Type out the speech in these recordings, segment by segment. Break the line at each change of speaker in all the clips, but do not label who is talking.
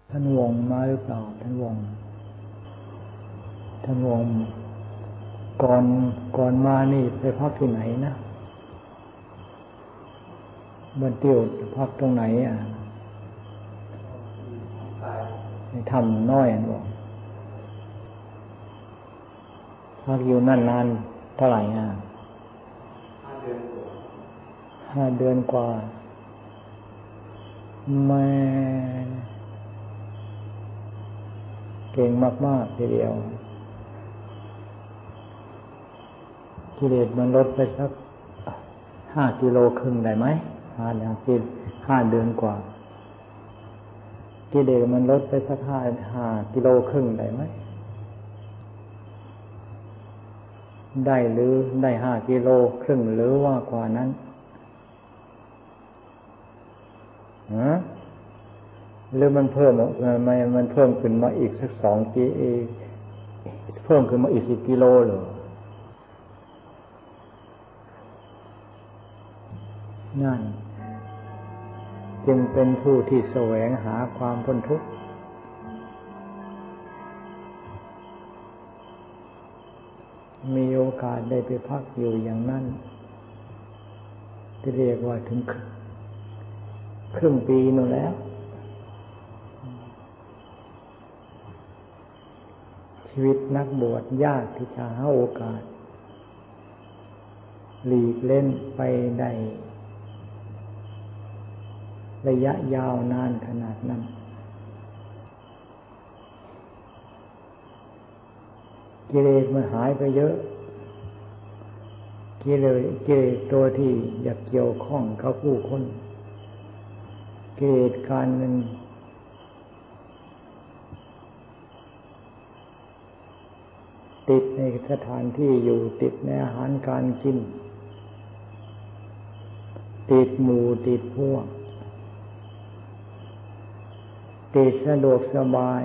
ท่านวงมาหรือเปล่าท่านวงก่อนมานี่ไปพักที่ไหนนะบ้านเตี้ยวพักตรงไหนในถ้ำน้อยบอกพักอยู่นั่นนานเท่าไหร่5 เดือนกว่าแม่เก่งมากๆทีเดียวกิเลสมันลดไปสัก5 กิโลครึ่งได้ไหม5 เดือนกว่ากิเลสมันลดไปสัก5 กิโลครึ่งได้ไหมได้หรือได้5 กิโลครึ่งหรือว่ากว่านั้นหรือมันเพิ่มมันเพิ่มขึ้นมาอีกสัก2 กิโลเพิ่มขึ้นมาอีก10 กิโลเหรอนั่นจึงเป็นผู้ที่แสวงหาความพ้นทุกข์มีโอกาสได้ไปพักอยู่อย่างนั้นที่เรียกว่าถึงครึ่งปีนั่นแล้วชีวิตนักบวชยากที่จะหาโอกาสหลีกเล่นไปได้ระยะยาวนานขนาดนั้นกิเลสมันหายไปเยอะกิเลสตัวที่อยากเกี่ยวข้องกับผู้คนกิเลสการมันติดในสถานที่อยู่ติดในอาหารการกินติดหมู่ติดพวกติดสะดวกสบาย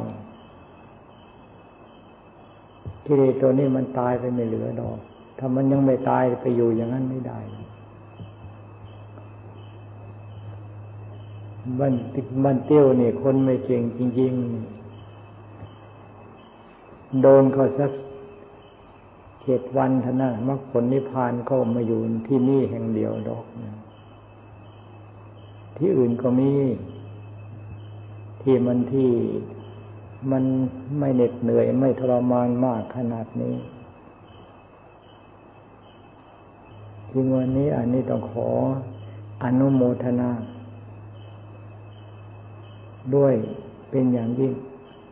กิเลสตัวนี้มันตายไปไม่เหลือดอกถ้ามันยังไม่ตายไปอยู่อย่างนั้นไม่ได้บ้านเตี้ยวนี่คนไม่เก่งจริงๆโดนเขาสัก7 วันเท่านั้นมรรคผลนิพพานก็มาอยู่ที่นี่แห่งเดียวดอกที่อื่นก็มีที่มันไม่เหน็ดเหนื่อยไม่ทรมานมากขนาดนี้จริงวันนี้อันนี้ต้องขออนุโมทนาด้วยเป็นอย่างยิ่ง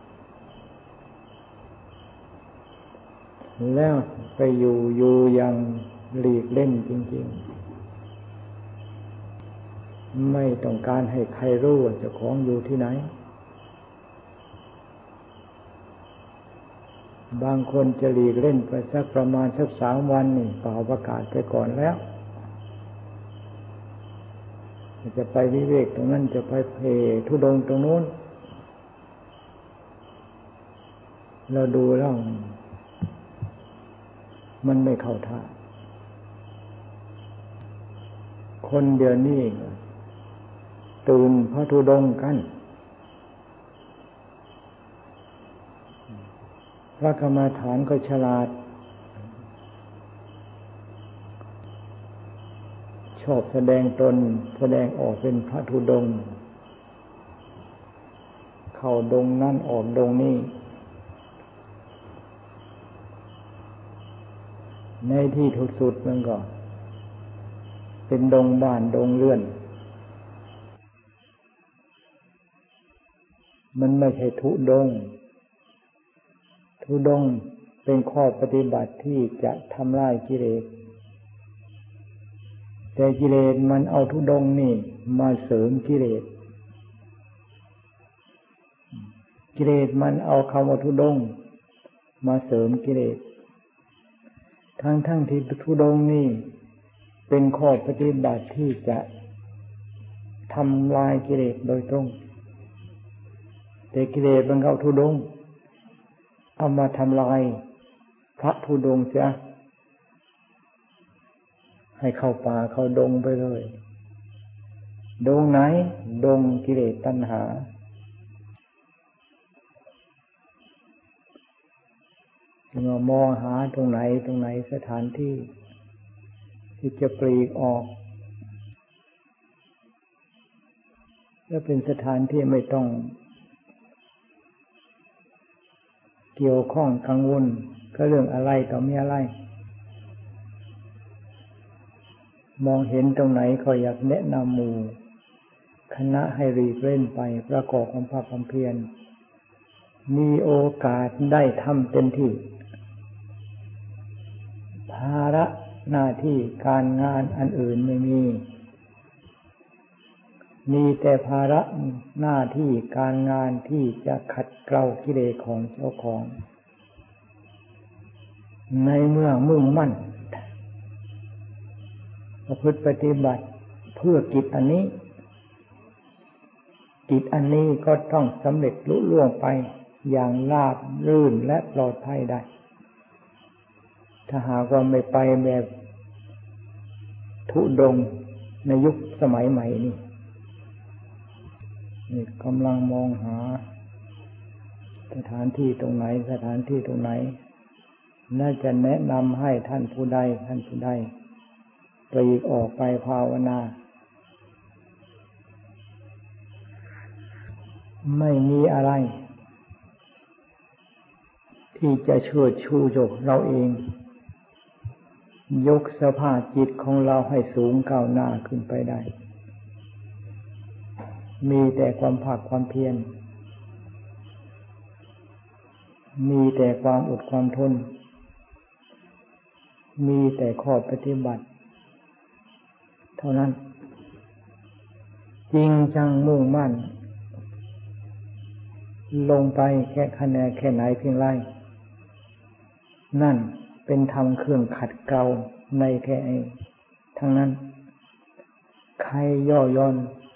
แล้วไปอยู่อย่างหลีกเล่นจริงๆไม่ต้องการให้ใครรู้ว่าเจ้าของอยู่ที่ไหนบางคนจะหลีกเล่นไปสักประมาณสัก3 วันนี่เป่าประกาศไปก่อนแล้วจะไปวิเวกตรงนั้นจะไปธุดงค์ตรงโน้นเราดูแล้วมันไม่เข้าท่าคนเดียวนี้ตื่นพระธุดงค์กันพระกรรมฐานก็ฉลาดชอบแสดงตนแสดงออกเป็นพระธุดงค์เข้าดงนั่นออกดงนี้ในที่สุดมันก็เป็นดงบ้านดงเรือนมันไม่ใช่ธุดงค์ธุดงค์เป็นข้อปฏิบัติที่จะทำลายกิเลสแต่กิเลสมันเอาธุดงค์นี่มาเสริมกิเลสกิเลสมันเอาคำว่าธุดงค์มาเสริมกิเลสทั้งที่ธุดงค์นี่เป็นข้อปฏิบัติที่จะทำลายกิเลสโดยตรงแต่กิเลสมันเอาธุดงค์เอามาทำลายพระธุดงค์เสียให้เข้าป่าเข้าดงไปเลยดงไหนดงกิเลสตัณหาจึงมองหาตรงไหนสถานที่ที่จะปลีกออกและเป็นสถานที่ไม่ต้องเกี่ยวข้องกังวลกับเรื่องอะไรต่อมีอะไรมองเห็นตรงไหนก็อยากแนะนำหมู่คณะให้รีบเร่งไปประกอบความภาคความเพียรมีโอกาสได้ทำเต็มที่ภาระหน้าที่การงานอันอื่นไม่มีแต่ภาระหน้าที่การงานที่จะขัดเกลากิเลสของเจ้าของในเมื่อมุ่งมั่นประพฤติปฏิบัติเพื่อกิจอันนี้กิจอันนี้ก็ต้องสำเร็จลุล่วงไปอย่างราบรื่นและปลอดภัยได้ถ้าหากว่าไม่ไปแบบธุดงค์ในยุคสมัยใหม่นี่กำลังมองหาสถานที่ตรงไหนน่าจะแนะนำให้ท่านผู้ใดปลีกออกไปภาวนาไม่มีอะไรที่จะเชิดชูเราเองยกสภาพจิตของเราให้สูงก้าวหน้าขึ้นไปได้มีแต่ความภาคความเพียรมีแต่ความอดความทนมีแต่ข้อปฏิบัติเท่านั้นจริงจังมุ่งมั่นลงไปแค่คะแนนแค่ไหนเพียงไรนั่นเป็นธรรมเครื่องขัดเกลาในแค่ทั้งนั้นใครย่อหย่อน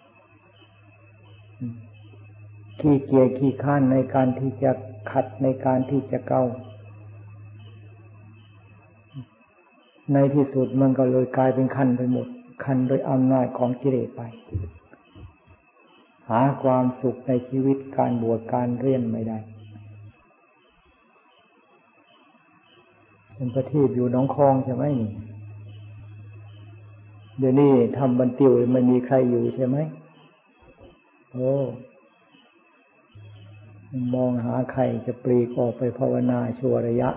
ขี้เกียจขี้ข้านในการที่จะขัดในการที่จะเกลาในที่สุดมันก็เลยกลายเป็นคันไปหมดคันโดยอำนาจของกิเลสไปหาความสุขในชีวิตการบวชการเรียนไม่ได้เป็นประทีปอยู่หนองคลองใช่ไหมนี่เดี๋ยวนี้ทำบันติวไม่มีใครอยู่ใช่ไหมโอ้มองหาใครจะปลีกออกไปภาวนาชั่วระยะ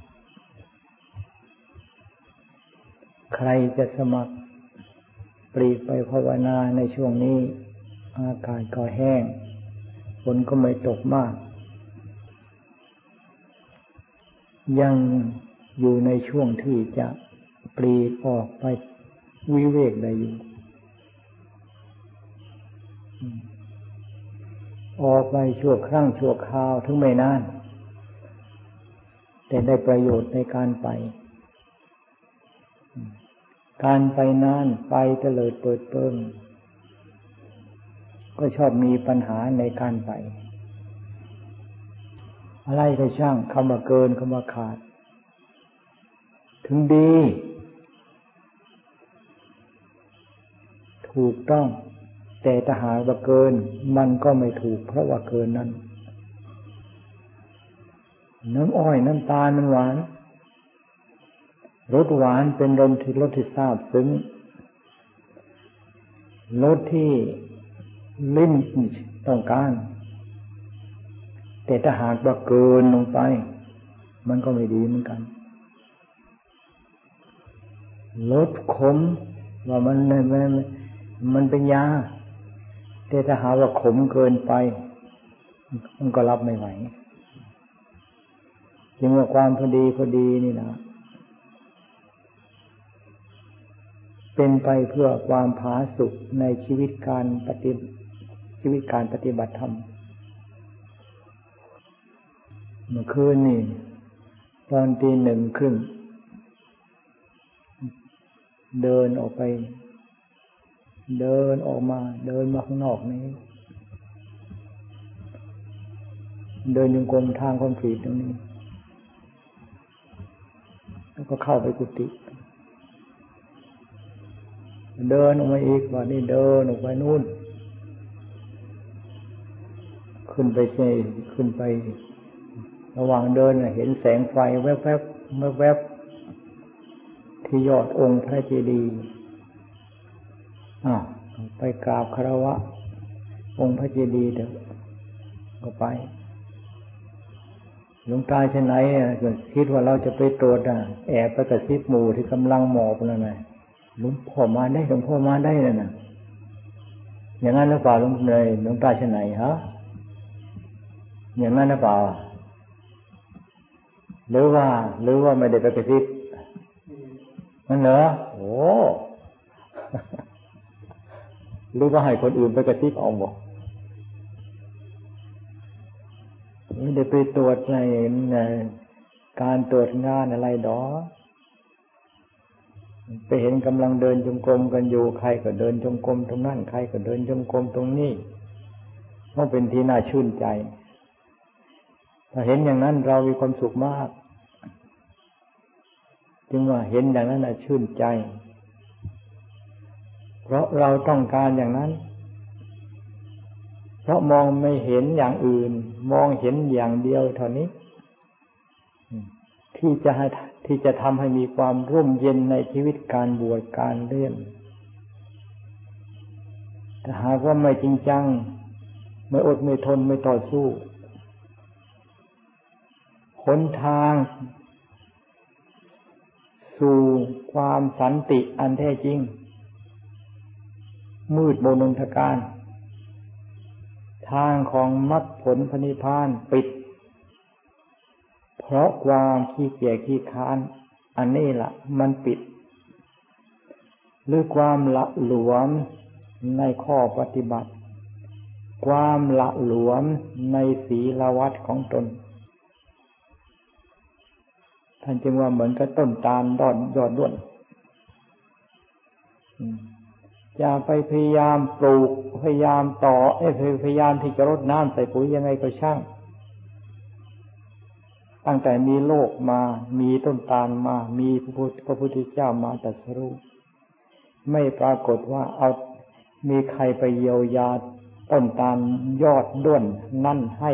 ใครจะสมัครปลีกไปภาวนาในช่วงนี้อากาศก็แห้งฝนก็ไม่ตกมากยังอยู่ในช่วงที่จะปลีกออกไปวิเวกได้อยู่ออกไปชั่วครั้งชั่วคราวถึงไม่นานแต่ได้ประโยชน์ในการไปนานไปเตลิดเปิดเปิงก็ชอบมีปัญหาในการไปอะไรก็ช่างคำว่าเกินคำว่าขาดถึงดีถูกต้องแต่ถ้าหากว่าเกินมันก็ไม่ถูกเพราะว่าเกินนั้นน้ำอ้อยน้ำตาลมันหวานรสหวานเป็นรสที่ซาบซึ้งรสที่ลิ้นต้องการแต่ถ้าหากว่าเกินลงไปมันก็ไม่ดีเหมือนกันรสขมว่ามันเป็นยาแต่ถ้าหากว่าขมเกินไปมันก็รับไม่ไหวจึงว่าความพอดีนี่นะเป็นไปเพื่อความผาสุกในชีวิตการปฏิบัติธรรมเมื่อคืนนี่ตอน 1:30 เดินออกมาข้างนอกนี้เดินจงกรมทางคอนกรีตตรงนี้แล้วก็เข้าไปกุฏิเดินออกมาอีกว่านี่เดินออกไปนู่นขึ้นไประหว่างเดินเห็นแสงไฟแวบๆแวบๆที่ยอดองค์พระเจดีย์ไปกราบคารวะองค์พระเจดีย์เถอะก็ไปหลวงตาที่ไหนคิดว่าเราจะไปตรวจแอบไปกระซิบหมู่ที่กำลังหมอบนั่นไงหลวงพ่อมาได้น่ะอย่างนั้นหรือเปล่าหลวงตาที่ไหนฮะอย่างนั้นหรือเปล่าหรือว่าไม่ได้ไปกระซิบนั่นเหรอโอ้หรือว่าให้คนอื่นไปกระซิบเอาบอกไม่ได้ไปตรวจในการตรวจงานอะไรดอกไปเห็นกำลังเดินจงกรมกันอยู่ใครก็เดินจงกรมตรงนั้นใครก็เดินจงกรมตรงนี้ก็เป็นที่น่าชื่นใจถ้าเห็นอย่างนั้นเรามีความสุขมากจึงว่าเห็นอย่างนั้นน่ะชื่นใจเพราะเราต้องการอย่างนั้นเพราะมองไม่เห็นอย่างอื่นมองเห็นอย่างเดียวเท่านี้ที่จะทำให้มีความร่มเย็นในชีวิตการบวชการเรียนแต่หากว่าไม่จริงจังไม่อดไม่ทนไม่ต่อสู้หนทางสู่ความสันติอันแท้จริงมืดมนอนทการทางของมรรคผลพระนิพพานปิดเพราะความขี้เกียจขี้ค้านอันนี้ล่ะมันปิดหรือความละหลวมในข้อปฏิบัติความละหลวมในศีลวัตรของตนท่านจึงว่าเหมือนกับต้นตาลยอดด้วนอย่าไปพยายามปลูกพยายามพยายามที่จะรดน้ำใส่ปุ๋ยยังไงก็ช่างตั้งแต่มีโลกมามีต้นตาลมามีพระพุทธเจ้ามาตรัสรู้ไม่ปรากฏว่ามีใครไปเยียวยาต้นตาลยอดด้วนนั่นให้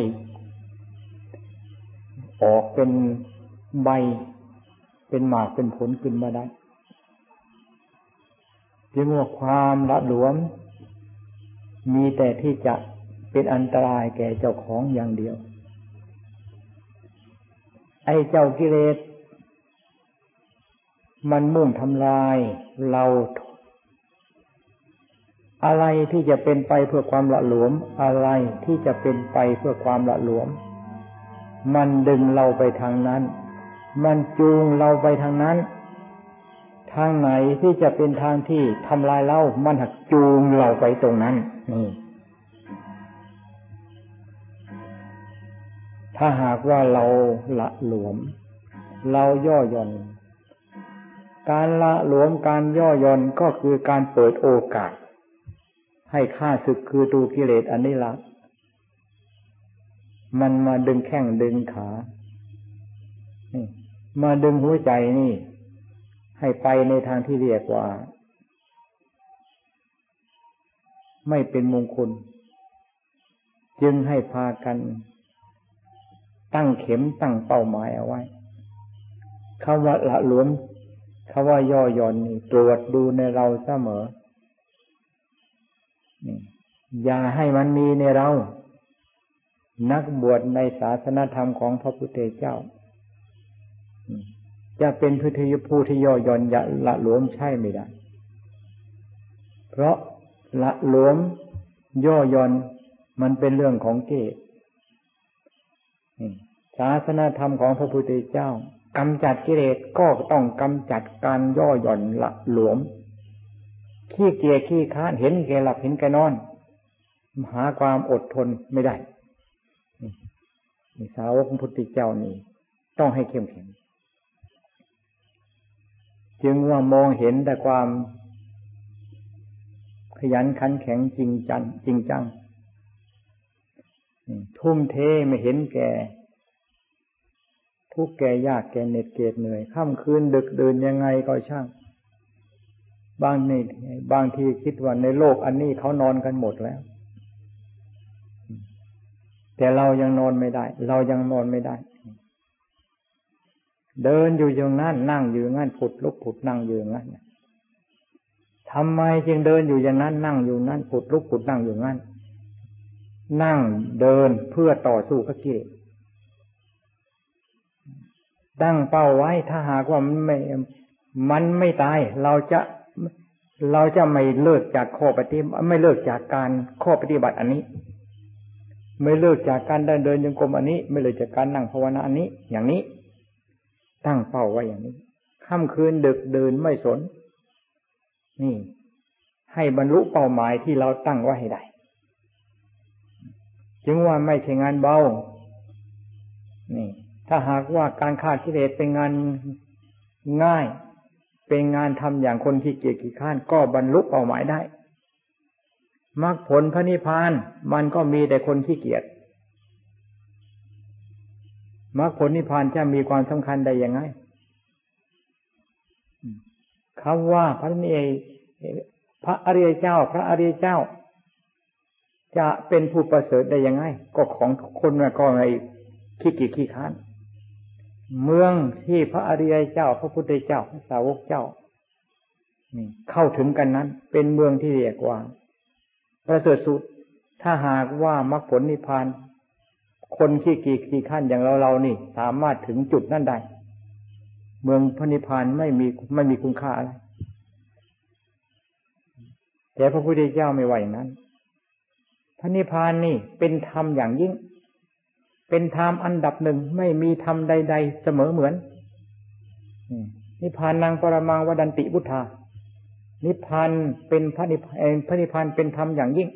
ออกเป็นใบเป็นหมากเป็นผลขึ้นมาได้จึงว่าความละหลวมมีแต่ที่จะเป็นอันตรายแก่เจ้าของอย่างเดียวไอ้เจ้ากิเลสมันมุ่งทำลายเราอะไรที่จะเป็นไปเพื่อความละหลวมอะไรที่จะเป็นไปเพื่อความละหลวมมันดึงเราไปทางนั้นมันจูงเราไปทางนั้นทางไหนที่จะเป็นทางที่ทำลายเรามันหักจูงเราไปตรงนั้นนี่ถ้าหากว่าเราละหลวมเราย่อหย่อนการละหลวมการย่อหย่อนก็คือการเปิดโอกาสให้ข้าศึกคือตัวกิเลสอันนี้ละมันมาดึงแข้งดึงขามาดึงหัวใจนี่ให้ไปในทางที่เรียกว่าไม่เป็นมงคลจึงให้พากันตั้งเข็มตั้งเป้าหมายเอาไว้คำว่าละหลวมคำว่าย่อหย่อนนี่ตรวจดูในเราเสมออย่าให้มันมีในเรานักบวชในศาสนธรรมของพระพุทธเจ้าจะเป็นผู้ที่ย่อหย่อนอย่าละหลวมใช่ไม่ได้เพราะละหลวมย่อหย่อนมันเป็นเรื่องของกิเลสศาสนธรรมของพระพุทธเจ้ากำจัดกิเลสก็ต้องกำจัดการย่อหย่อนละหลวมขี้เกียจขี้ค้านเห็นแก่หลับเห็นแก่นอนหาความอดทนไม่ได้สาวกพระพุทธเจ้านี่ต้องให้เข้มแข็งจึงว่ามองเห็นแต่ความขยันขันแข็งจริงจังทุ่มเทไม่เห็นแก่ทุกข์แก่ยากแก่เหน็ดเหนื่อยค่ำคืนดึกดื่นยังไงก็ช่างบางทีคิดว่าในโลกอันนี้เขานอนกันหมดแล้วแต่เรายังนอนไม่ได้เรายังนอนไม่ได้เดินอยู่อย่างนั้นนั่งอยู่อย่างนั้นผุดลุกผุดนั่งอยู่อย่างนั้นทำไมจึงเดินอยู่อย่างนั้นนั่งอยู่นั้นผุดลุกผุดนั่งอยู่อย่างนั้นนั่งเดินเพื่อต่อสู้กับกิเลสตั้งเป้าไว้ถ้าหากว่ามันไม่ตายเราจะไม่เลิกจากข้อปฏิบัติไม่เลิกจากการข้อปฏิบัติอันนี้ไม่เลิกจากการเดินจงกรมอันนี้ไม่เลิกจากการนั่งภาวนาอันนี้อย่างนี้ตั้งเป้าไว้อย่างนี้ค่ำคืนดึกดื่นไม่สนนี่ให้บรรลุเป้าหมายที่เราตั้งไว้ให้ได้จึงว่าไม่ใช่งานเบานี่ถ้าหากว่าการฆ่ากิเลสเป็นงานง่ายเป็นงานทำอย่างคนขี้เกียจขี้คร้านก็บรรลุเป้าหมายได้มรรคผลพระนิพพานมันก็มีแต่คนขี้เกียจมรรคผลนิพพานจะมีความสำคัญได้ยังไงคำว่าพระอริยเจ้าพระอริยเจ้าจะเป็นผู้ประเสริฐได้ยังไงก็ของคนก็ไงขี้เกียจขี้คร้านเมืองที่พระอริยเจ้าพระพุทธเจ้าพระสาวกเจ้านี่เข้าถึงกันนั้นเป็นเมืองที่เรียกว่าประเสริฐสุดถ้าหากว่ามรรคผลนิพพานคนขี้เกียจขี้คร้านอย่างเรานี่สามารถถึงจุดนั้นได้เมืองพระนิพพานไม่มีคุณค่าอะไรแต่พระพุทธเจ้าไม่ว่าอย่างนั้นพระนิพพานนี่เป็นธรรมอย่างยิ่งเป็นธรรมอันดับหนึ่งไม่มีธรรมใดๆเสมอเหมือนนิพพานังปรมังวดันติพุทธานิพพานเป็นพระนิพพานเป็นธรรมอย่างยิ่ง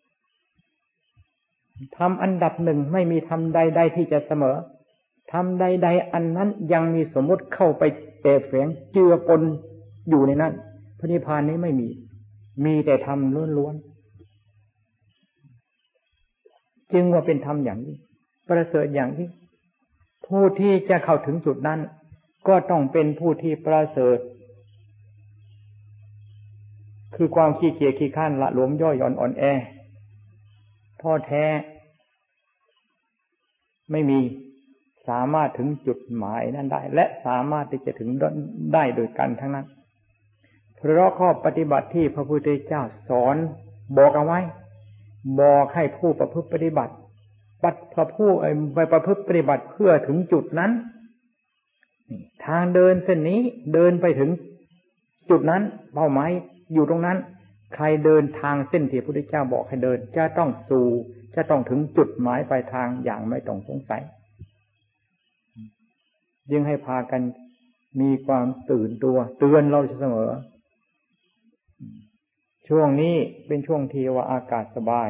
ธรรมอันดับหนึ่งไม่มีธรรมใดๆที่จะเสมอธรรมใดๆอันนั้นยังมีสมมติเข้าไปแอบแฝงเจือปนอยู่ในนั้นพระนิพพานนี้ไม่มีแต่ธรรมล้วนๆจึงว่าเป็นธรรมอย่างยิ่งประเสริฐอย่างยิ่งผู้ที่จะเข้าถึงจุดนั้นก็ต้องเป็นผู้ที่ประเสริฐคือความขี้เกียจขี้คร้านละหลวมย่อหย่อนอ่อนแอท้อแท้ไม่มีสามารถถึงจุดหมายนั้นได้และสามารถที่จะถึงได้โดยกันทั้งนั้นเพราะข้อปฏิบัติที่พระพุทธเจ้าสอนบอกเอาไว้บอกให้ผู้ประพฤติปฏิบัติไปประพฤติปฏิบัติเพื่อถึงจุดนั้นทางเดินเส้นนี้เดินไปถึงจุดนั้นเป้าหมายอยู่ตรงนั้นใครเดินทางเส้นที่พระพุทธเจ้าบอกให้เดินจะต้องถึงจุดหมายปลายทางอย่างไม่ต้องสงสัยยิ่งให้พากันมีความตื่นตัวเตือนเราเสมอช่วงนี้เป็นช่วงที่ว่าอากาศสบาย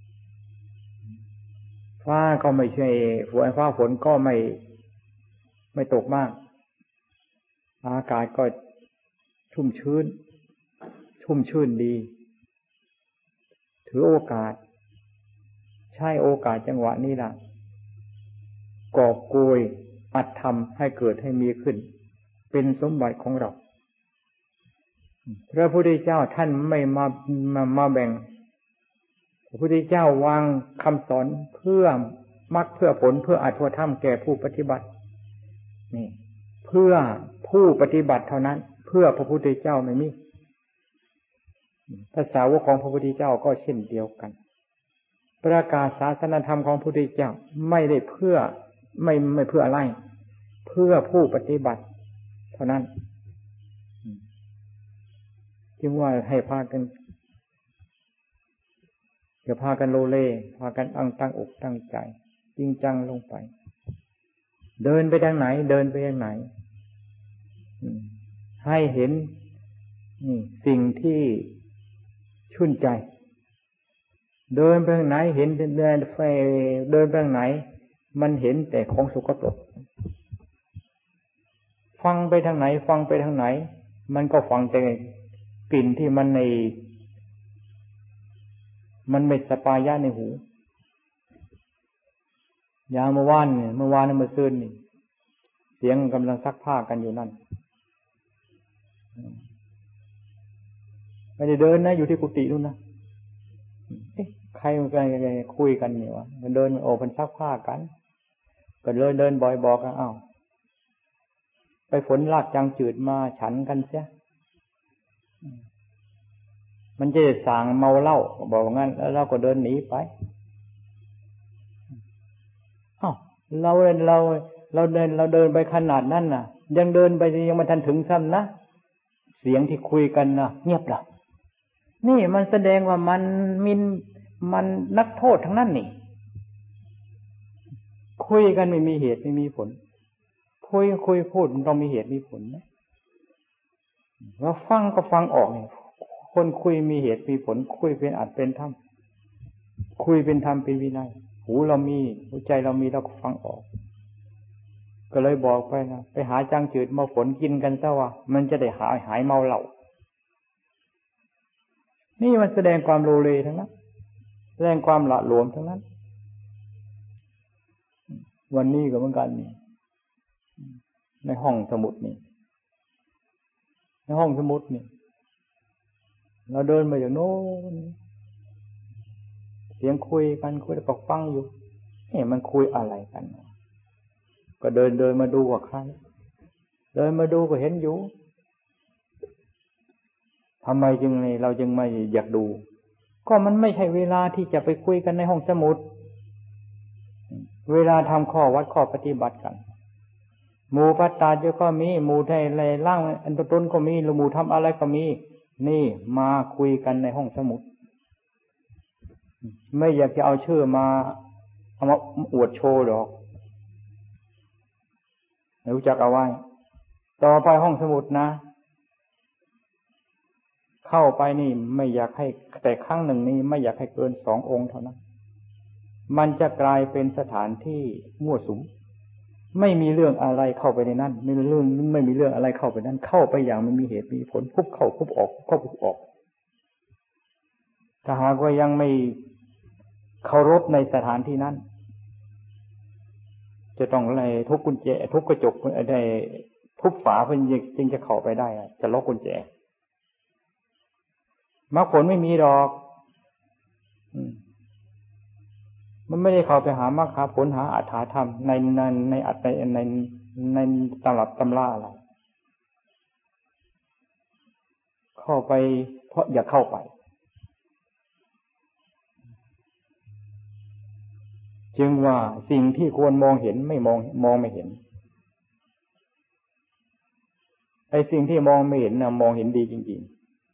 ฟ้าก็ไม่ใช่ฟ้าฝนก็ไม่ตกมากอากาศก็ชุ่มชื้นดีถือโอกาสใช้โอกาสจังหวะนี้ล่ะกอบโกยอัตธรรมให้เกิดให้มีขึ้นเป็นสมบัติของเราพระพุทธเจ้าท่านไม่มาแบ่งพระพุทธเจ้าวางคำสอนเพื่อมรรคเพื่อผลเพื่ออรรถธรรมแก่ผู้ปฏิบัตินี่เพื่อผู้ปฏิบัติเท่านั้นเพื่อพระพุทธเจ้าไม่มีภาษาวกของพระพุทธเจ้าก็เช่นเดียวกันประกาศศาสนธรรมของพระพุทธเจ้าไม่ได้เพื่อไม่เพื่ออะไรเพื่อผู้ปฏิบัติเท่านั้นจึงว่าให้พากันอย่าพากันโลเลพากันตั้งอกตั้งใจจริงจังลงไปเดินไปทางไหนให้เห็นสิ่งที่ชื่นใจเดินไปทางไหนเห็นเดินไปทางไหนมันเห็นแต่ของสกปรกฟังไปทางไหนมันก็ฟังแต่กลิ่นที่มันไม่สปายะในหูอย่างเมื่อวานเมื่อคืนนี่เสียงกำลังซักผ้ากันอยู่นั่นไม่ได้เดินนะอยู่ที่กุฏินู่นนะใครมันคุยกันเนี่ยวะมันเดินโอ้มันซักผ้ากันก็เลยเดินบ่อยบอกกันอ้าวไปฝนรากจังจืดมาฉันกันเสียมันจะสางเมาเหล้าบอกงั้นแล้วเราก็เดินหนีไปเราเดินไปขนาดนั้นน่ะยังเดินไปยังไม่ทันถึงซ้ำนะเสียงที่คุยกันนะเงียบละนี่มันแสดงว่ามันนักโทษทั้งนั้นนี่คุยกันไม่มีเหตุไม่มีผลคุยพูดมันต้องมีเหตุมีผลนะเราฟังก็ฟังออกเนี่ยคนคุยมีเหตุมีผลคุยเป็นอัดเป็นธรรมคุยเป็นธรรมเป็นวินัยหูเรามีหัวใจเรามีเราก็ฟังออกก็เลยบอกไปนะไปหาจังจืดมาฝนกินกันซะว่ามันจะได้หายเมาเหล้านี่มันแสดงความโลเลทั้งนั้นแสดงความละหลวมทั้งนั้นวันนี้ก็เหมือนกันนี่ในห้องสมุดนี่ในห้องสมุดนี่เราเดินมาจากโน้นเสียงคุยกันคุยแล้วก็ฟังอยู่มันคุยอะไรกันก็เดินมาดูว่าใครเดินมาดูก็เห็นอยู่ทำไมเราจึงไม่อยากดูก็มันไม่ใช่เวลาที่จะไปคุยกันในห้องสมุดเวลาทำข้อวัดข้อปฏิบัติกันหมู่พัฒนาเจ้าก็มีหมู่ไทยไรล่างอันต้นก็มีหรือหมู่ทำอะไรก็มีนี่มาคุยกันในห้องสมุดไม่อยากจะเอาชื่อมาเอามาอวดโชว์หรอกรู้จักเอาไว้ต่อไปห้องสมุดนะเข้าไปนี่ไม่อยากให้แต่ครั้งหนึ่งนี้ไม่อยากให้เกิน2 องค์เท่านั้นมันจะกลายเป็นสถานที่มั่วสุมไม่มีเรื่องอะไรเข้าไปในนั้นไม่มีเรื่องอะไรเข้าไปนั้นเข้าไปอย่างไม่มีเหตุมีผลพุบเข้าพุบออกเข้าพุบออกถ้าหากว่ายังไม่เคารพในสถานที่นั้นจะต้องอะไรทุบกุญแจทุบกระจกได้ทุบฝาเพื่อจึงจะเข้าไปได้จะล็อกกุญแจมรรคผลไม่มีดอกมันไม่ได้เข้าไปหามรรคผลหาอรรถธรรมในตำรับตำราอะไรเข้าไปเพราะอยากเข้าไปจึงว่าสิ่งที่ควรมองเห็นไม่มองไม่เห็นไอ้สิ่งที่มองไม่เห็นนะมองเห็นดีจริง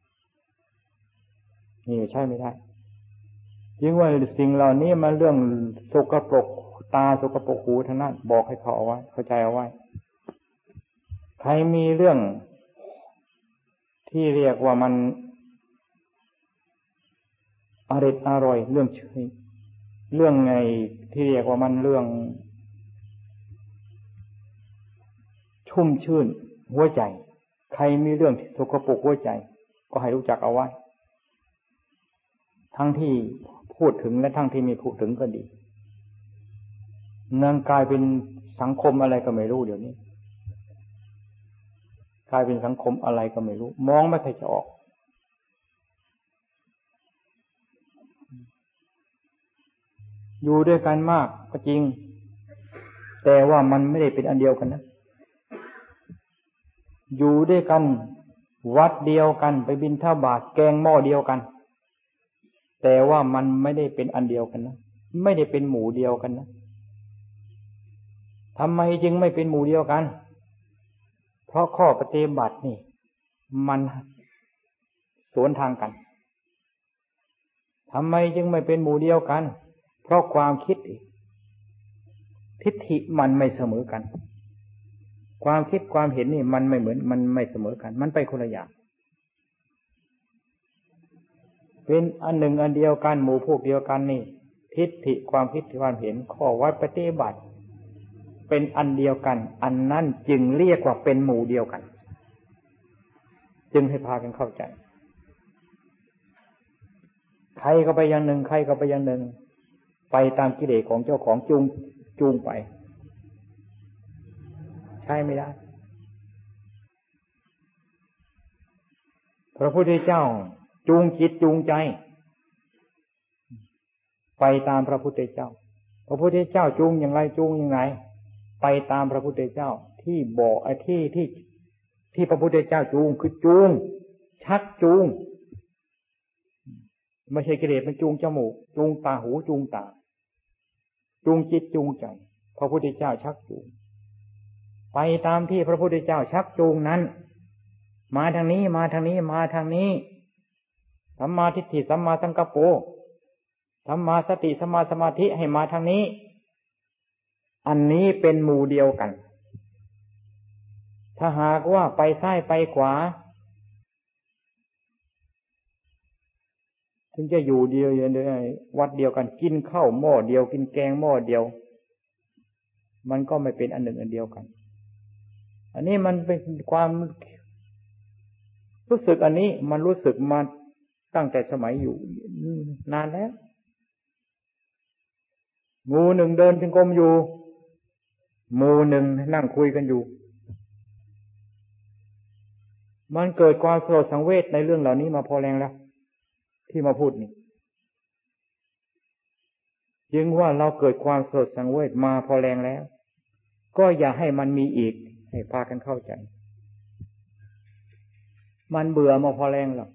ๆนี่ใช่ไม่ได้จึงว่าสิ่งเหล่านี้มันเรื่องสกปรกตาสกปรกหูทั้งนั้นบอกให้เขาเอาไว้เข้าใจเอาไว้ใครมีเรื่องที่เรียกว่ามันอร่อยเรื่องไงที่เรียกว่ามันเรื่องชุ่มชื่นหัวใจใครมีเรื่องสกปรกหัวใจก็ให้รู้จักเอาไว้ทั้งที่พูดถึงและทั้งที่ไม่พูดถึงก็ดีนั่นกลายเป็นสังคมอะไรก็ไม่รู้เดี๋ยวนี้กลายเป็นสังคมอะไรก็ไม่รู้มองไม่ค่อยจะออกอยู่ด้วยกันมากก็จริงแต่ว่ามันไม่ได้เป็นอันเดียวกันนะอยู่ด้วยกันวัดเดียวกันไปบิณฑบาตแกงหม้อเดียวกันแต่ว่ามันไม่ได้เป็นอันเดียวกันนะไม่ได้เป็นหมู่เดียวกันนะทำไมจึงไม่เป็นหมู่เดียวกันเพราะข้อปฏิบัตินี่มันสวนทางกันทำไมจึงไม่เป็นหมู่เดียวกันเพราะความคิดทิฏฐิมันไม่เสมอกันความคิดความเห็นนี่มันไม่เหมือนมันไม่เสมอกันมันไปคนละอย่างเป็นอันหนึ่งอันเดียวกันหมู่พวกเดียวกันนี่ทิฏฐิความคิดความเห็นข้อวัดปฏิบัติเป็นอันเดียวกันอันนั้นจึงเรียกว่าเป็นหมู่เดียวกันจึงให้พากันเข้าใจใครก็ไปอย่างหนึ่งใครก็ไปอย่างหนึ่งไปตามกิเลสของเจ้าของจูงไปใช่ไม่ได้พระพุทธเจ้าจูงจิตจูงใจไปตามพระพุทธเจ้าพระพุทธเจ้าจูงอย่างไรจูงอย่างไรไปตามพระพุทธเจ้าทที่บอกไอ้ที่พระพุทธเจ้าจูงคือจูงชักจูงไม่ใช่กิเลสมันจูงจมูกจูงตาหูจูงตาจูงจิตจูงใจพระพุทธเจ้าชักจูงไปตามที่พระพุทธเจ้าชักจูงนั้นมาทางนี้มาทางนี้มาทางนี้สัมมาทิฏฐิสัมมาสังกัปโปสัมมาสติสัมมาสมาธิให้มาทางนี้อันนี้เป็นหมู่เดียวกันถ้าหากว่าไปซ้ายไปขวาถึงจะอยู่เดียวอย่างเดียววัดเดียวกันกินข้าวหม้อเดียวกินแกงหม้อเดียวมันก็ไม่เป็นอันหนึ่งอันเดียวกันอันนี้มันเป็นความรู้สึกอันนี้มันรู้สึกมาตั้งแต่สมัยอยู่นานแล้วหมู่หนึ่งเดินจงกรมอยู่หมู่หนึ่งนั่งคุยกันอยู่มันเกิดความสลดสังเวชในเรื่องเหล่านี้มาพอแรงแล้วที่มาพูดนี่จึงว่าเราเกิดความสลดสังเวชมาพอแรงแล้วก็อย่าให้มันมีอีกให้พากันเข้าใจมันเบื่อมาพอแรงหรอก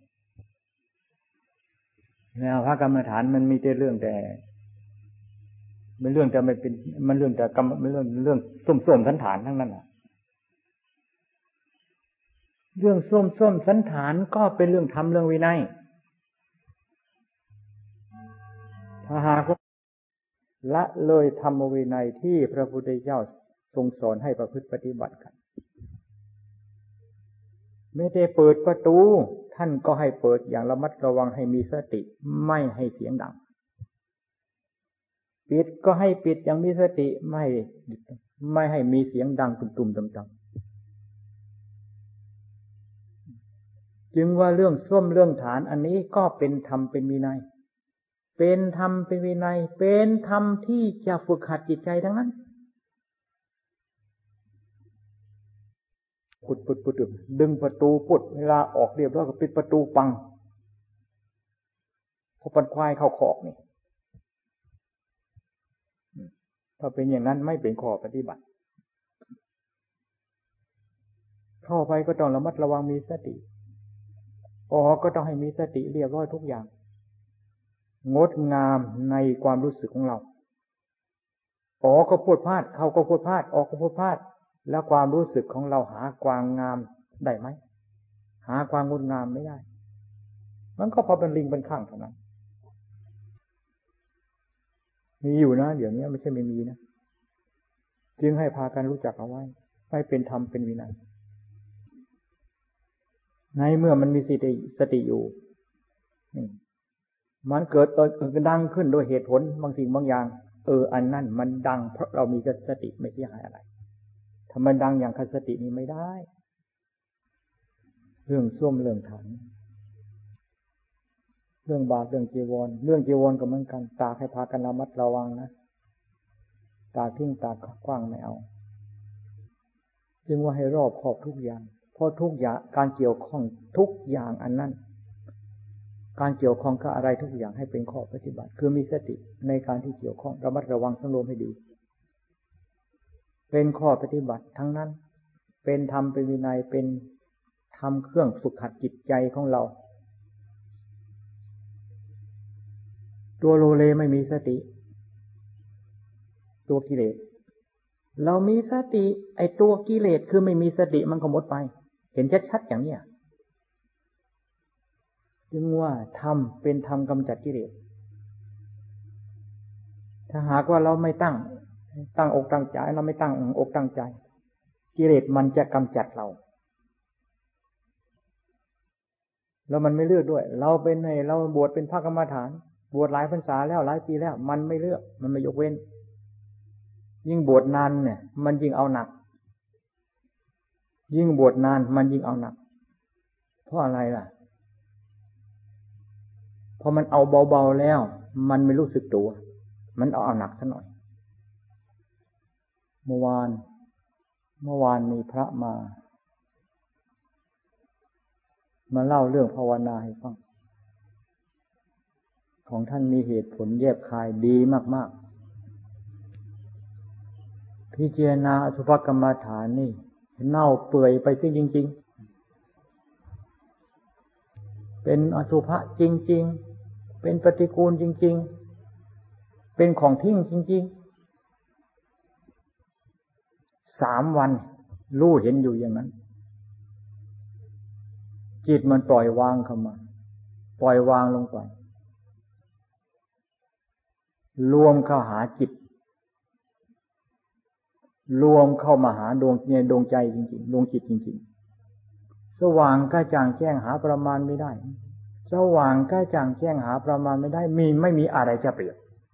แนวพระกรรมฐานมันมีแต่เรื่องแต่มันเรื่องแต่ไม่เป็นมันเรื่องแต่กรรมมันเรื่องส้มๆสันฐานทั้งนั้นน่ะเรื่องส้มๆสันฐานก็เป็นเรื่องธรรมเรื่องวินัยถ้าหากละเลยธรรมวินัยที่พระพุทธเจ้าทรงสอนให้ประพฤติปฏิบัติกันไม่ได้เปิดประตูท่านก็ให้เปิดอย่างระมัดระวังให้มีสติไม่ให้เสียงดังปิดก็ให้ปิดอย่างมีสติไม่ให้มีเสียงดังตุ่มๆต่ำๆจึงว่าเรื่องส้มเรื่องฐานอันนี้ก็เป็นธรรมเป็นวินัยเป็นธรรมเป็นวินัยเป็นธรรมที่จะฝึกหัดจิตใจทั้งนั้นปุดดึงประตูปุดเวลาออกเรียบร้อยก็ปิดประตูปังพอปันควายเข้าคอกนี่ถ้าเป็นอย่างนั้นไม่เป็นข้อปฏิบัติเข้าไปก็ต้องระมัดระวังมีสติออกก็ต้องให้มีสติเรียบร้อยทุกอย่างงดงามในความรู้สึกของเราออกก็พูดพลาดเข้าก็พูดพลาดออกก็พูดพลาดแล้วความรู้สึกของเราหาความงามได้ไหมหาความงดงามไม่ได้มันก็พอเป็นลิงเป็นข้างเท่านั้นมีอยู่นะเดี๋ยวนี้ไม่ใช่ไม่มีนะจึงให้พากันรู้จักเอาไว้ให้เป็นธรรมเป็นวินัยในเมื่อมันมีสติอยู่มันเกิดดังขึ้นโดยเหตุผลบางสิ่งบางอย่างอันนั้นมันดังเพราะเรามีสติไม่เสียหายอะไรถ้ามันดังอย่างขาดสตินี่ไม่ได้เรื่องส้วมเรื่องถังเรื่องบาตรเรื่องจีวรก็เหมือนกันตากให้พากันระมัดระวังนะตากทิ้งตากขว้างไม่เอาจึงว่าให้รอบคอบทุกอย่างเพราะทุกอย่างการเกี่ยวข้องทุกอย่างอันนั้นการเกี่ยวข้องกับอะไรทุกอย่างให้เป็นข้อปฏิบัติคือมีสติในการที่เกี่ยวข้องระมัดระวังสำรวมให้ดีเป็นข้อปฏิบัติทั้งนั้นเป็นธรรมเป็นวินัยเป็นธรรมเครื่องฝึกหัดจิตใจของเราตัวโลเลไม่มีสติตัวกิเลสเรามีสติไอ้ตัวกิเลสคือไม่มีสติมันก็หมดไปเห็นชัดๆอย่างเนี้ยจึงว่าธรรมเป็นธรรมกำจัดกิเลสถ้าหากว่าเราไม่ตั้งอกตั้งใจเราไม่ตั้งอกตั้งใจกิเลสมันจะกำจัดเราแล้วมันไม่เลือกด้วยเราบวชเป็นพระกรรมฐานบวชหลายพรรษาแล้วหลายปีแล้วมันไม่เลือกมันไม่ยกเว้นยิ่งบวชนานเนี่ยมันยิ่งเอาหนักยิ่งบวชนานมันยิ่งเอาหนักเพราะอะไรล่ะพอมันเอาเบาๆแล้วมันไม่รู้สึกตัวมันเอาหนักซะหน่อยเมื่อวานมีพระมาเล่าเรื่องภาวนาให้ฟังของท่านมีเหตุผลแยบคายดีมากๆพิจารณาอสุภกรรมฐานนี่เน่าเปื่อยไปซิจริงๆเป็นอสุภะจริงๆเป็นปฏิกูลจริงๆเป็นของทิ้งจริงๆ3 วันรู้เห็นอยู่อย่างนั้นจิตมันปล่อยวางเข้ามาปล่อยวางลงไปรวมเข้าหาจิตรวมเข้ามาหาดวงใจจริงๆดวงจิตจริงๆสว่างกระจ่างแจ้งหาประมาณไม่ได้สว่างกระจ่างแจ้งหาประมาณไม่ได้ไม่มีอะไรจะเปรียบ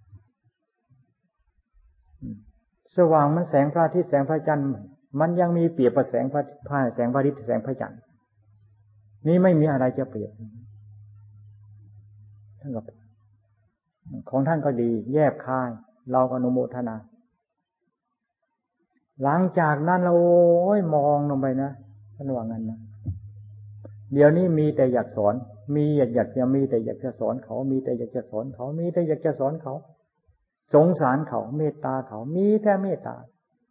สว่างมันแสงพระอาทิตย์แสงพระจันทร์มันยังมีเปรียบกับแสงพระแสงพระอาทิตย์แสงพระจันทร์นี่ไม่มีอะไรจะเปรียบท่านก็ของท่านก็ดีแยบคายเราก็อนุโมทนาหลังจากนั้นเรามองลงไปนะท่านว่างั้นนะเดี๋ยวนี้มีแต่อยากสอนมีอยากจะมีแต่อยากจะสอนเขามีแต่อยากจะสอนเขามีแต่อยากจะสอนเขาสงสารเขาเมตตาเขามีแต่เมตตา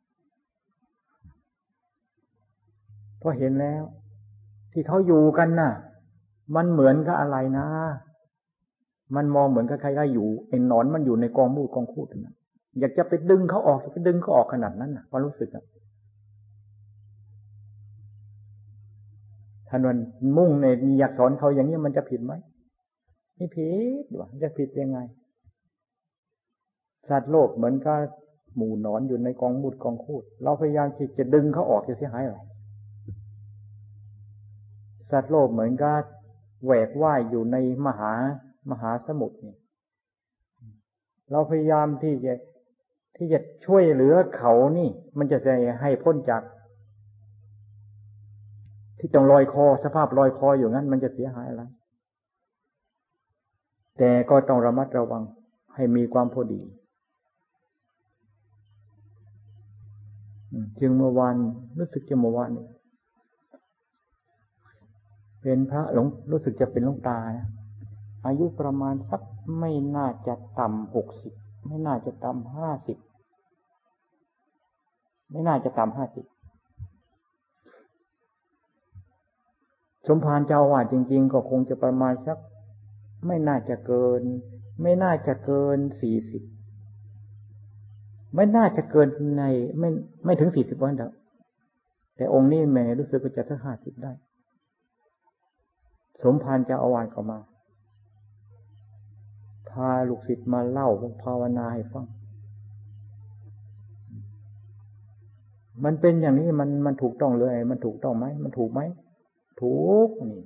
พอเห็นแล้วที่เขาอยู่กันน่ะมันเหมือนกับอะไรนะมันมองเหมือนกับใครๆอยู่ไอ้หนอนมันอยู่ในกองมูดกองคูดนะอยากจะไปดึงเขาออกจะไปดึงเขาออกขนาดนั้นน่ะความรู้สึกอ่ะท่านวันมุ่งในอยากสอนเขาอย่างนี้มันจะผิดไหมไม่ผิดวะจะผิดยังไงสัตว์โลกเหมือนกับหมู่หนอนอยู่ในกองมูดกองคูดเราพยายามที่จะดึงเขาออกจะเสียหายอะไรสัตว์โลกเหมือนกับแหวกว่ายอยู่ในมหาสมุทรนี่เราพยายามที่จะช่วยเหลือเขานี่มันจะให้พ้นจากที่ต้องลอยคอสภาพลอยคออยู่งั้นมันจะเสียหายอะไรแต่ก็ต้องระมัดระวังให้มีความพอดีจึงเมื่อวานรู้สึกจะเมื่อวานนี่เป็นพระหลวงรู้สึกจะเป็นหลวงตานะอายุประมาณสักไม่น่าจะต่ำ60ไม่น่าจะต่ำ50ไม่น่าจะต่ำ50สมภารเจ้าอาวาสจริงๆก็คงจะประมาณสักไม่น่าจะเกิน40ไม่น่าจะเกินในไม่ถึง40วันแล้วแต่องค์นี้แม่รู้สึกว่าจะสัก50ได้สมภารเจ้าอาวาสก็มาพาลูกศิษย์มาเล่าภาวนาให้ฟังมันเป็นอย่างนี้มันถูกต้องเลยมันถูกต้องไหมมันถูกไหมถูกนี่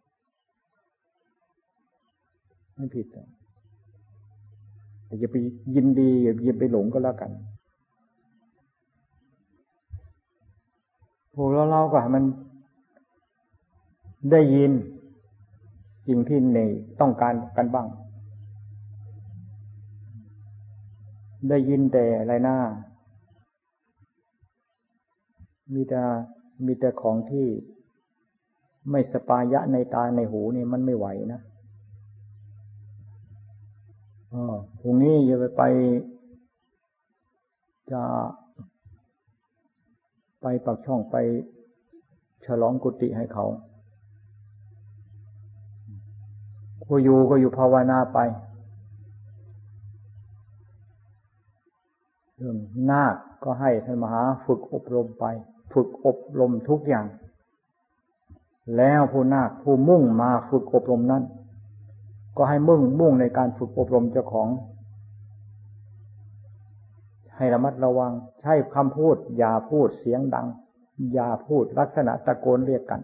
ไม่ผิดแต่อย่าไปยินดีอย่าไปหลงก็แล้วกันพวกเราก็ให้มันได้ยินสิ่งที่ในต้องการกันบ้างได้ยินแต่อะไรหน้ามีแต่ของที่ไม่สปายะในตาในหูนี่มันไม่ไหวนะพรุ่งนี้จะจะไปปากช่องไปฉลองกุฏิให้เขาก็อยู่ภาวนาไปเรื่องนาคก็ให้ท่านมหาฝึกอบรมไปฝึกอบรมทุกอย่างแล้วผู้นาคผู้มุ่งมาฝึกอบรมนั้นก็ให้มุ่งในการฝึกอบรมเจ้าของให้ระมัดระวังใช้คำพูดอย่าพูดเสียงดังอย่าพูดลักษณะตะโกนเรียกกัน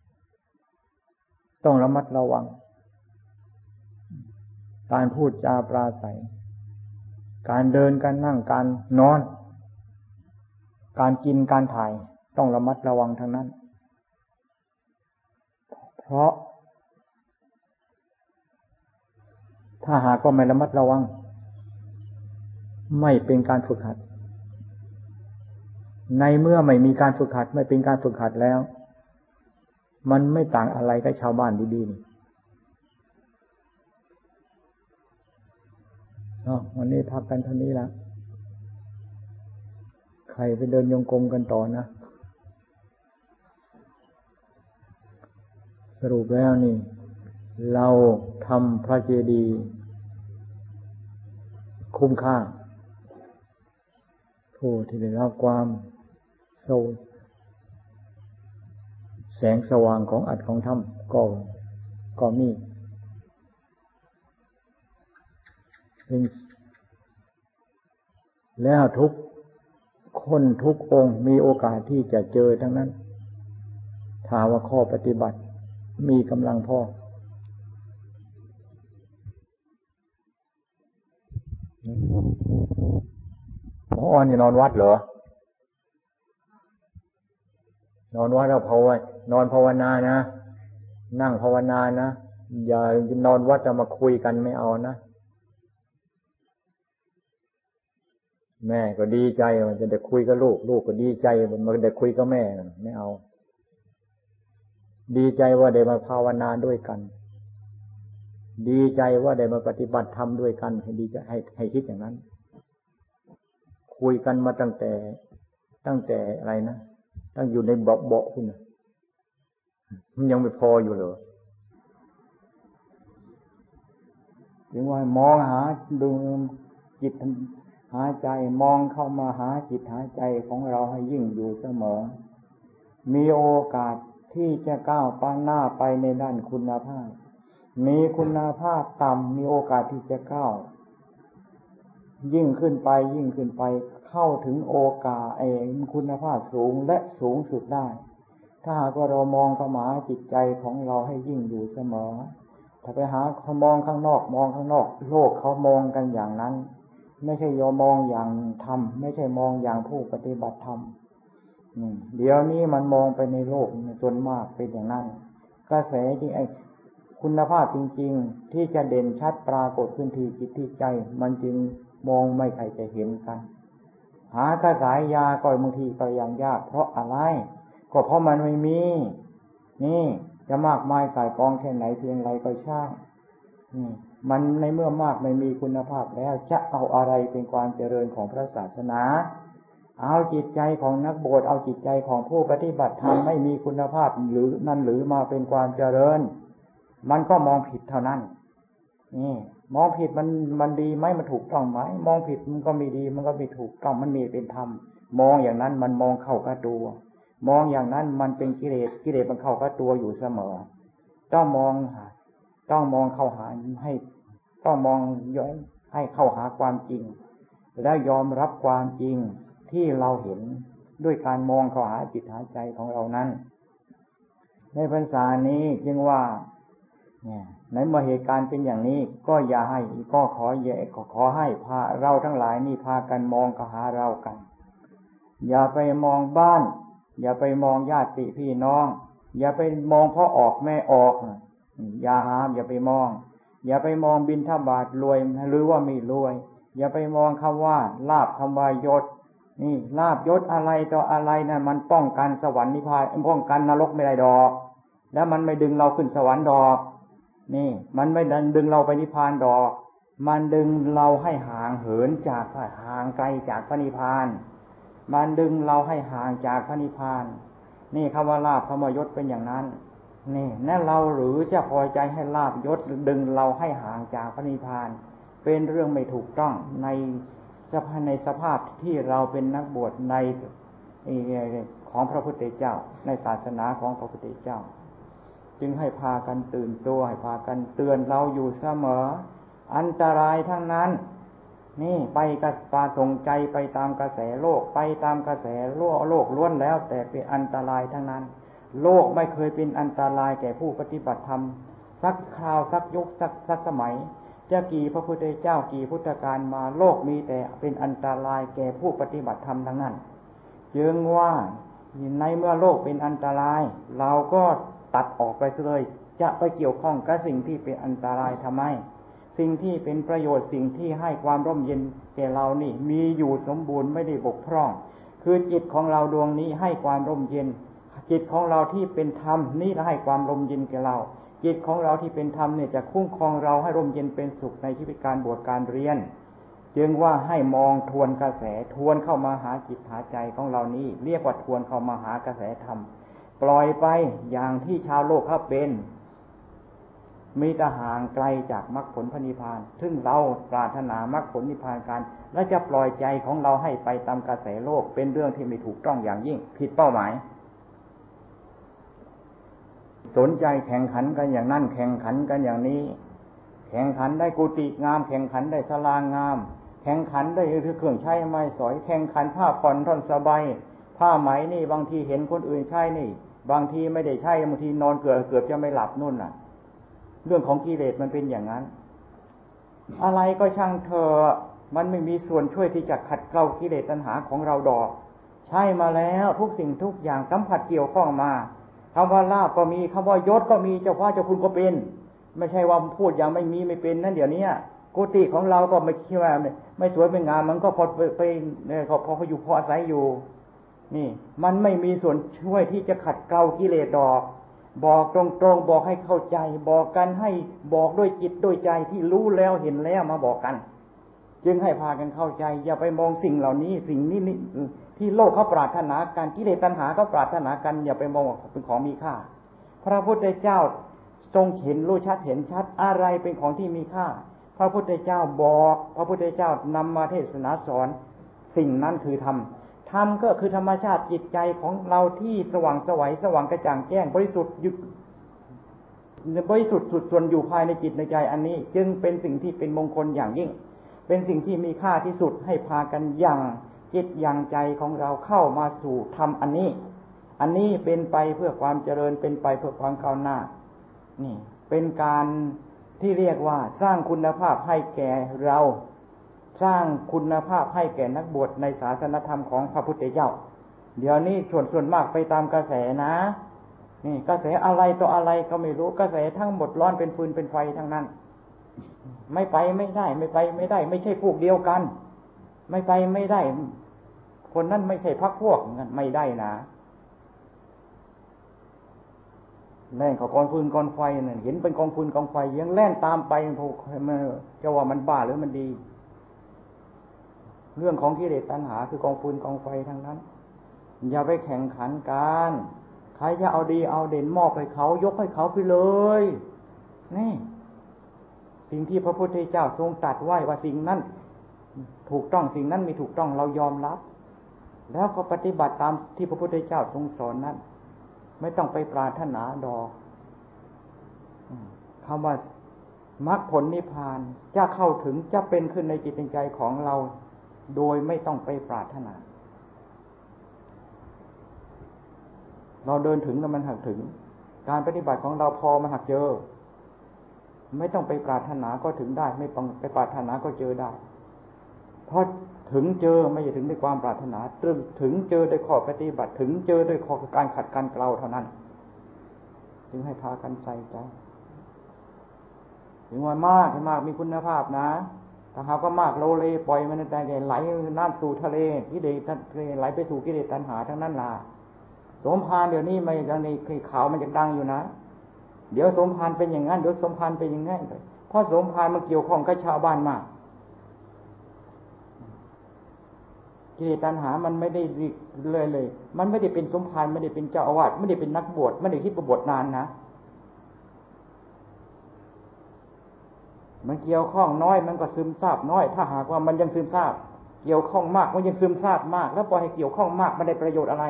ต้องระมัดระวังการพูดจาปราศัยการเดินการนั่งการนอนการกินการถ่ายต้องระมัดระวังทั้งนั้นเพราะถ้าหากว่าไม่ระมัดระวังไม่เป็นการฝึกหัดในเมื่อไม่มีการฝึกหัดไม่เป็นการฝึกหัดแล้วมันไม่ต่างอะไรกับชาวบ้านดีๆนี่วันนี้พักกันเท่านี้ละใครรไปเดินโยกมกันต่อนะสรุปแล้วนี่เราทำพระเจดีย์คุ้มค่าผู้ที่ได้รับความแสงสว่างของอัตถ์ของธรรมก็มีแล้วทุกคนทุกองค์มีโอกาสที่จะเจอทั้งนั้นถ้าว่าข้อปฏิบัติมีกำลังพอหมออ้อนนี่นอนวัดเหรอนอนวัดแล้วนอนภาวนานะนั่งภาวนานะอย่านอนวัดจะมาคุยกันไม่เอานะแม่ก็ดีใจมันจะได้คุยกับลูกก็ดีใจมันได้คุยกับแม่ไม่เอาดีใจว่าได้มาภาวนาด้วยกันดีใจว่าได้มาปฏิบัติธรรมด้วยกันให้ดีใจให้คิดอย่างนั้นคุยกันมาตั้งแต่อะไรนะตั้งอยู่ในเบาคุณมันยังไม่พออยู่เหรอถึงว่ามองหาดูจิตหาใจมองเข้ามาหาจิตหาใจของเราให้ยิ่งอยู่เสมอมีโอกาสที่จะก้าวไปหน้าไปในด้านคุณภาพมีคุณภาพต่ำมีโอกาสที่จะก้าวยิ่งขึ้นไปเข้าถึงโอกาสคุณภาพสูงและสูงสุดได้ถ้าหากว่าเรามองเข้ามาจิตใจของเราให้ยิ่งอยู่เสมอถ้าไปหาเขามองข้างนอกโลกเขามองกันอย่างนั้นไม่ใช่มองอย่างธรรมไม่ใช่มองอย่างผู้ปฏิบัติธรรมเดี๋ยวนี้มันมองไปในโลกส่วนมากเป็นอย่างนั้นกระแสที่คุณภาพจริงๆที่จะเด่นชัดปรากฏขึ้นที่จิตที่ใจมันจึงมองไม่ใครจะเห็นกันหากระสายยาก็บางทีก็ยังยากเพราะอะไรก็เพราะมันไม่มีนี่จะมากมายก่ายกองแค่ไหนเพียงไรก็ช่างมันในเมื่อมากไม่มีคุณภาพแล้วจะเอาอะไรเป็นความเจริญของพระศาสนาเอาจิตใจของนักบวชเอาจิตใจของผู้ปฏิบัติธรรมไม่มีคุณภาพหรือมาเป็นความเจริญมันก็มองผิดเท่านั้นนี่มองผิดมันดีไหมมันถูกต้องไหมมองผิดมันก็ไม่ดีมันก็ไม่ถูกต้องมันมีเป็นธรรมมองอย่างนั้นมันมองเข้ากับตัวมองอย่างนั้นมันเป็นกิเลสมันเข้ากับตัวอยู่เสมอต้องมองเข้าหาให้ต้องมองย้อนให้เข้าหาความจริงแล้วยอมรับความจริงที่เราเห็นด้วยการมองเข้าหาจิตหาใจของเรานั้นในพรรษานี้จึงว่าในเมื่อเหตุการณ์เป็นอย่างนี้ก็อย่าให้ก็ขอให้พาเราทั้งหลายนี่พากันมองเข้าหาเรากันอย่าไปมองบ้านอย่าไปมองญาติพี่น้องอย่าไปมองพ่อออกแม่ออกอย่าหามอย่าไปมองบิณฑบาตรวยหรือว่าไม่รวยอย่าไปมองคำว่าลาภคำว่ายศนี่ลาภยศอะไรต่ออะไรนั่นมันป้องกันสวรรค์นิพพานป้องกันนรกไม่ได้ดอกแล้วมันไม่ดึงเราขึ้นสวรรค์ดอกนี่มันไม่ดึงเราไปนิพพานดอกมันดึงเราให้ห่างเหินจากห่างไกลจากพระนิพพานมันดึงเราให้ห่างจากพระนิพพานนี่คำว่าลาภคำว่ายศเป็นอย่างนั้นนี่นั่นเราหรือจะพอใจให้ลาภยศดึงเราให้ห่างจากพระนิพพานเป็นเรื่องไม่ถูกต้องในสภาพที่เราเป็นนักบวชในของพระพุทธเจ้าในศาสนาของพระพุทธเจ้าจึงให้พากันตื่นตัวให้พากันเตือนเราอยู่เสมออันตรายทั้งนั้นนี่ไปกับตาส่งใจไปตามกระแสโลกไปตามกระแสโลกล้วนแล้วแต่เป็นอันตรายทั้งนั้นโลกไม่เคยเป็นอันตรายแก่ผู้ปฏิบัติธรรมสักคราวสักยุคสักสมัยจะกี่พระพุทธเจ้ากี่พุทธกาลมาโลกมีแต่เป็นอันตรายแก่ผู้ปฏิบัติธรรมทั้งนั้นจึงว่าในเมื่อโลกเป็นอันตรายเราก็ตัดออกไปเลยจะไปเกี่ยวข้องกับสิ่งที่เป็นอันตรายทำไมสิ่งที่เป็นประโยชน์สิ่งที่ให้ความร่มเย็นแก่เรานี่มีอยู่สมบูรณ์ไม่ได้บกพร่องคือจิตของเราดวงนี้ให้ความร่มเย็นจิตของเราที่เป็นธรรมนี่ให้ความร่มเย็นแก่เราจิตของเราที่เป็นธรรมเนี่ยจะคุ้มครองเราให้ร่มเย็นเป็นสุขในชีวิตการบวชการเรียน
จึงว่าให้มองทวนกระแสทวนเข้ามาหาจิตหาใจของเรานี้เรียกว่าทวนเข้ามาหากระแสธรรมปล่อยไปอย่างที่ชาวโลกเขาเป็นมีแต่ห่างไกลจากมรรคผลพระนิพพานซึ่งเราปรารถนามรรคผลนิพพานกันและจะปล่อยใจของเราให้ไปตามกระแสโลกเป็นเรื่องที่ไม่ถูกต้องอย่างยิ่งผิดเป้าหมายสนใจแข่งขันกันอย่างนั้นแข่งขันกันอย่างนี้แข่งขันได้กุฏิงามแข่งขันได้ศาลางามแข่งขันได้เครื่องใช้ไม้สอยแข่งขันผ้าผ่อนท่อนสบายผ้าไหมนี่บางทีเห็นคนอื่นใช้นี่บางทีไม่ได้ใช้บางทีนอนเกือบจะไม่หลับนู่นน่ะเรื่องของกิเลสมันเป็นอย่างนั้นอะไรก็ช่างเถอะมันไม่มีส่วนช่วยที่จะขัดเกลากิเลสตัณหาของเราดอกใช่มาแล้วทุกสิ่งทุกอย่างสัมผัสเกี่ยวข้องมาคำว่าลาภก็มีคำว่ายศก็มีเจ้าฟ้าเจ้าคุณก็เป็นไม่ใช่ว่าพูดอย่างไม่มีไม่เป็นนั่นเดี๋ยวนี้กุฏิของเราก็ไม่คิดว่าไม่สวยไม่งามมันก็พอไปเนี่ยพออยู่พออาศัยอยู่นี่มันไม่มีส่วนช่วยที่จะขัดเกลากิเลสดอกบอกตรงๆบอกให้เข้าใจบอกกันให้บอกด้วยจิตด้วยใจที่รู้แล้วเห็นแล้วมาบอกกันจึงให้พากันเข้าใจอย่าไปมองสิ่งเหล่านี้สิ่งนี้ที่โลกเขาปรารถนากันกิเลสตัณหาเขาปรารถนากันอย่าไปมองว่าเป็นของมีค่าพระพุทธเจ้าทรงเห็นรู้ชัดเห็นชัดอะไรเป็นของที่มีค่าพระพุทธเจ้าบอกพระพุทธเจ้านำมาเทศนาสอนสิ่งนั้นคือธรรมธรรมก็คือธรรมชาติจิตใจของเราที่สว่างไสวสว่างกระจ่างแจ้งบริสุทธิ์สุดส่วนอยู่ภายในจิตในใจอันนี้จึงเป็นสิ่งที่เป็นมงคลอย่างยิ่งเป็นสิ่งที่มีค่าที่สุดให้พากันยังจิตยังใจของเราเข้ามาสู่ธรรมอันนี้เป็นไปเพื่อความเจริญเป็นไปเพื่อความก้าวหน้านี่เป็นการที่เรียกว่าสร้างคุณภาพให้แก่เราสร้างคุณภาพให้แก่นักบวชในศาสนธรรมของพระพุทธเจ้าเดี๋ยวนี้ส่วนมากไปตามกระแสนะนี่กระแสอะไรต่ออะไรก็ไม่รู้กระแสทั้งหมดร้อนเป็นฟืนเป็นไฟทั้งนั้นไม่ไปไม่ได้ไม่ใช่พวกเดียวกันไม่ไปไม่ได้คนนั้นไม่ใช่พรรคพวกนั้นไม่ได้นะแล่นกองฟืนกองไฟนั่นเห็นเป็นกองฟืนกองไฟยังแล่นตามไปพวกจะว่ามันบ้าหรือมันดีเรื่องของกิเลสตัณหาคือกองฟืนกองไฟทั้งนั้นอย่าไปแข่งขันกันใครจะเอาดีเอาเด่นมอบให้เขายกให้เขาไปเลยนี่สิ่งที่พระพุทธเจ้าทรงตรัสไว้ว่าสิ่งนั้นถูกต้องสิ่งนั้นไม่ถูกต้องเรายอมรับแล้วก็ปฏิบัติตามที่พระพุทธเจ้าทรงสอนนั้นไม่ต้องไปปรารถนาดอกคำว่ามรรคผลนิพพานจะเข้าถึงจะเป็นขึ้นในจิตใจของเราโดยไม่ต้องไปปรารถนาเราเดินถึงแล้วมันหักถึงการปฏิบัติของเราพอมันหักเจอไม่ต้องไปปรารถนาก็ถึงได้ไม่ต้องไปปรารถนาก็เจอได้เพราะถึงเจอไม่ใช่ถึงด้วยความปรารถนาถึงเจอด้วยข้อปฏิบัติถึงเจอด้วยข้อการขัดการเกลาเท่านั้นจึงให้พากันใส่ใจถึงว่ามากให้มากมีคุณภาพนะถ้าหากก็มากโลเลปล่อยมันแต่ไหลน้ำสู่ทะเลกิเลสทะเลไหลไปสู่กิเลสตัณหาทั้งนั้นล่ะสมภารเดี๋ยวนี้ไม่ในข่าวมันจะดังอยู่นะเดี๋ยวสมภารเป็นอย่างนั้นเดี๋ยวสมภารเป็นอย่างนั้นเพราะสมภารมันเกี่ยวข้องกับชาวบ้านมากกิเลสตัณหามันไม่ได้เลยมันไม่ได้เป็นสมภารไม่ได้เป็นเจ้าอาวาสไม่ได้เป็นนักบวชไม่ได้คิดบวชนานนะมันเกี่ยวข้องน้อยมันก็ซึมซาบน้อยถ้าหากว่ามันยังซึมซาบเกี่ยวข้องมากมันยังซึมซาบมากแล้วปล่อยให้เกี่ยวข้องมากมันได้ประโยชน์อะไร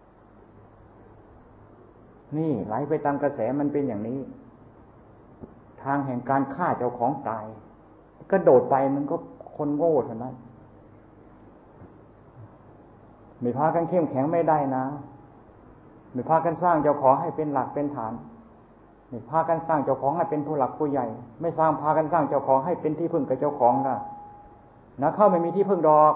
นี่ไหลไปตามกระแสมันเป็นอย่างนี้ทางแห่งการฆ่าเจ้าของตายก็โดดไปมันก็คนโง่เท่านั้นไม่พากันเข้มแข็งไม่ได้นะไม่พากันสร้างเจ้าของให้เป็นหลักเป็นฐานไม่พากันสร้างเจ้าของให้เป็นผู้หลักผู้ใหญ่ไม่สร้างพากันสร้างเจ้าของให้เป็นที่พึ่งกับเจ้าของนะเข้าไม่มีที่พึ่งดอก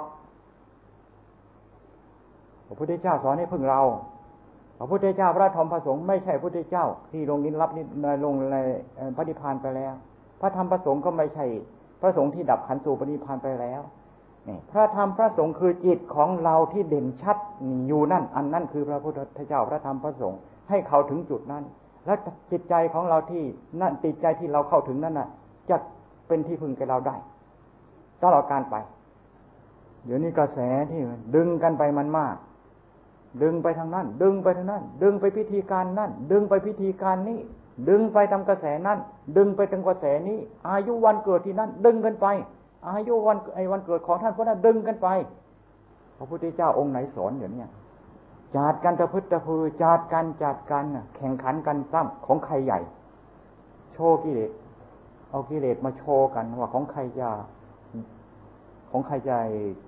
พระพุทธเจ้าสอนให้พึ่งเราพระพุทธเจ้าพระธรรมพระสงฆ์ไม่ใช่พระพุทธเจ้าที่ลงนิรับลงในพระนิพพานไปแล้วพระธรรมพระสงฆ์ก็ไม่ใช่พระสงฆ์ที่ดับขันธ์สู่พระนิพพานไปแล้วนี่พระธรรมพระสงฆ์คือจิตของเราที่เด่นชัดอยู่นั่นอันนั้นคือพระพุทธเจ้าพระธรรมพระสงฆ์ให้เข้าถึงจุดนั้นและจิตใจของเราที่นั่นจิตใจที่เราเข้าถึงนั้นน่ะจะเป็นที่พึ่งแก่เราได้ตลอดการไปเดี๋ยวนี้กระแสที่ดึงกันไปมันมากดึงไปทางนั้นดึงไปทางนั้นดึงไปพิธีการนั่นดึงไปพิธีการนี้ดึงไปตามกระแสนั้นดึงไปตามกระแสนี้อายุวันเกิดที่นั่นดึงกันไปอายุวันเกิดของท่านพระนั้นดึงกันไปพระพุทธเจ้าองค์ไหนสอนอย่างนี้จัดกันตะพึดตะพือจัดกันแข่งขันกันซ้ำของใครใหญ่โชว์กิเลสเอากิเลสมาโชว์กันว่าของใครจะของใครจะใหญ่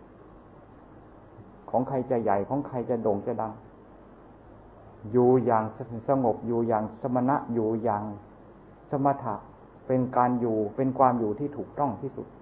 ของใครจะโด่งจะดังอยู่อย่างสงบอยู่อย่างสมณะอยู่อย่างสมถะเป็นการอยู่เป็นความอยู่ที่ถูกต้องที่สุด